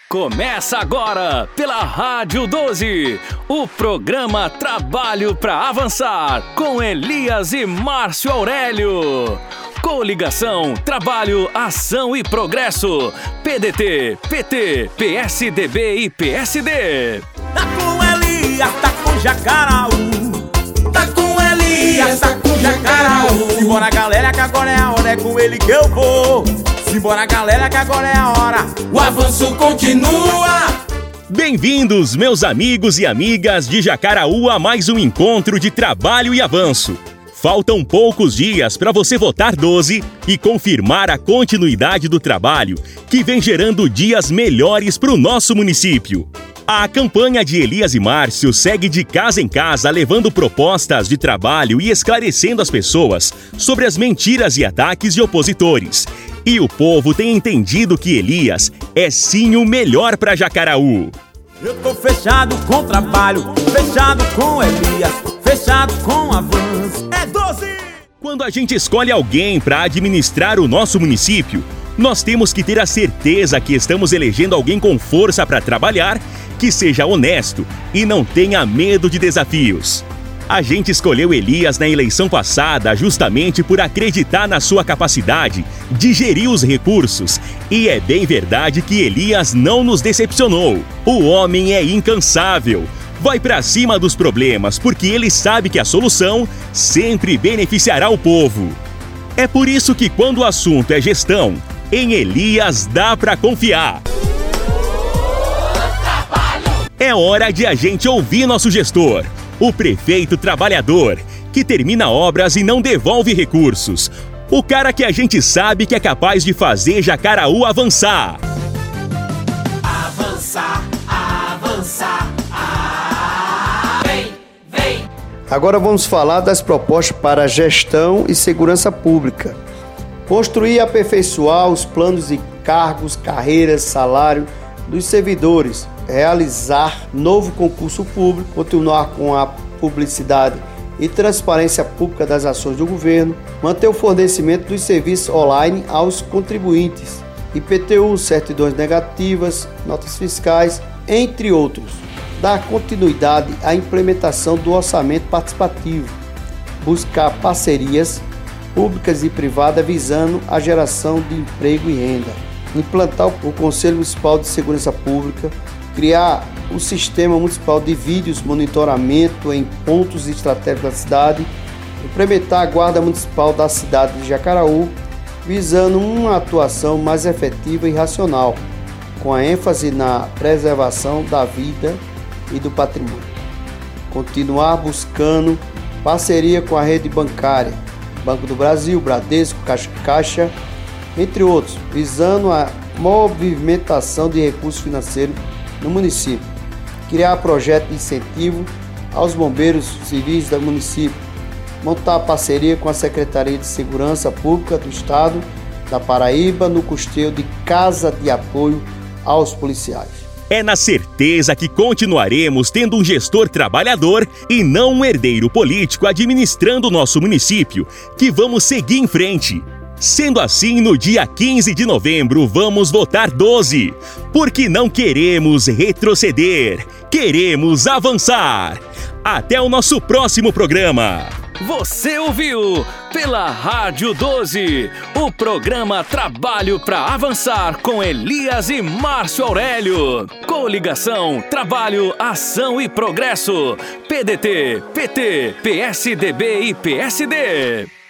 Começa agora, pela Rádio 12, o programa Trabalho para Avançar, com Elias e Márcio Aurélio. Coligação, Trabalho, Ação e Progresso, PDT, PT, PSDB e PSD. Tá com Elias, tá com Jacaraú. Tá com Elias, tá com Jacaraú. Simbora galera que agora é a hora, é com ele que eu vou. Simbora galera que agora é a hora, o avanço continua. Bem-vindos, meus amigos e amigas de Jacaraú, a mais um encontro de trabalho e avanço. Faltam poucos dias para você votar 12 e confirmar a continuidade do trabalho que vem gerando dias melhores para o nosso município. A campanha de Elias e Márcio segue de casa em casa levando propostas de trabalho e esclarecendo as pessoas sobre as mentiras e ataques de opositores. E o povo tem entendido que Elias é sim o melhor para Jacaraú. Eu tô fechado com trabalho, fechado com Elias, fechado com avanço. É 12! Quando a gente escolhe alguém para administrar o nosso município, nós temos que ter a certeza que estamos elegendo alguém com força para trabalhar, que seja honesto e não tenha medo de desafios. A gente escolheu Elias na eleição passada justamente por acreditar na sua capacidade de gerir os recursos. E é bem verdade que Elias não nos decepcionou. O homem é incansável. Vai pra cima dos problemas porque ele sabe que a solução sempre beneficiará o povo. É por isso que quando o assunto é gestão, em Elias dá pra confiar. É hora de a gente ouvir nosso gestor, o prefeito trabalhador, que termina obras e não devolve recursos. O cara que a gente sabe que é capaz de fazer Jacaraú avançar. Avançar, avançar, vem. Agora vamos falar das propostas para a gestão e segurança pública. Construir e aperfeiçoar os planos de cargos, carreiras, salário dos servidores. Realizar novo concurso público, continuar com a publicidade e transparência pública das ações do governo, manter o fornecimento dos serviços online aos contribuintes, IPTU, certidões negativas, notas fiscais, entre outros. Dar continuidade à implementação do orçamento participativo, buscar parcerias públicas e privadas visando a geração de emprego e renda, implantar o Conselho Municipal de Segurança Pública, criar o Sistema Municipal de Vídeos Monitoramento em pontos estratégicos da cidade, implementar a Guarda Municipal da cidade de Jacaraú, visando uma atuação mais efetiva e racional, com a ênfase na preservação da vida e do patrimônio. Continuar buscando parceria com a rede bancária, Banco do Brasil, Bradesco, Caixa, entre outros, visando a movimentação de recursos financeiros no município, criar projeto de incentivo aos bombeiros civis do município, montar parceria com a Secretaria de Segurança Pública do Estado da Paraíba no custeio de casa de apoio aos policiais. É na certeza que continuaremos tendo um gestor trabalhador e não um herdeiro político administrando o nosso município que vamos seguir em frente. Sendo assim, no dia 15 de novembro, vamos votar 12, porque não queremos retroceder, queremos avançar. Até o nosso próximo programa. Você ouviu, pela Rádio 12, o programa Trabalho para Avançar, com Elias e Márcio Aurélio. Coligação, Trabalho, Ação e Progresso, PDT, PT, PSDB e PSD.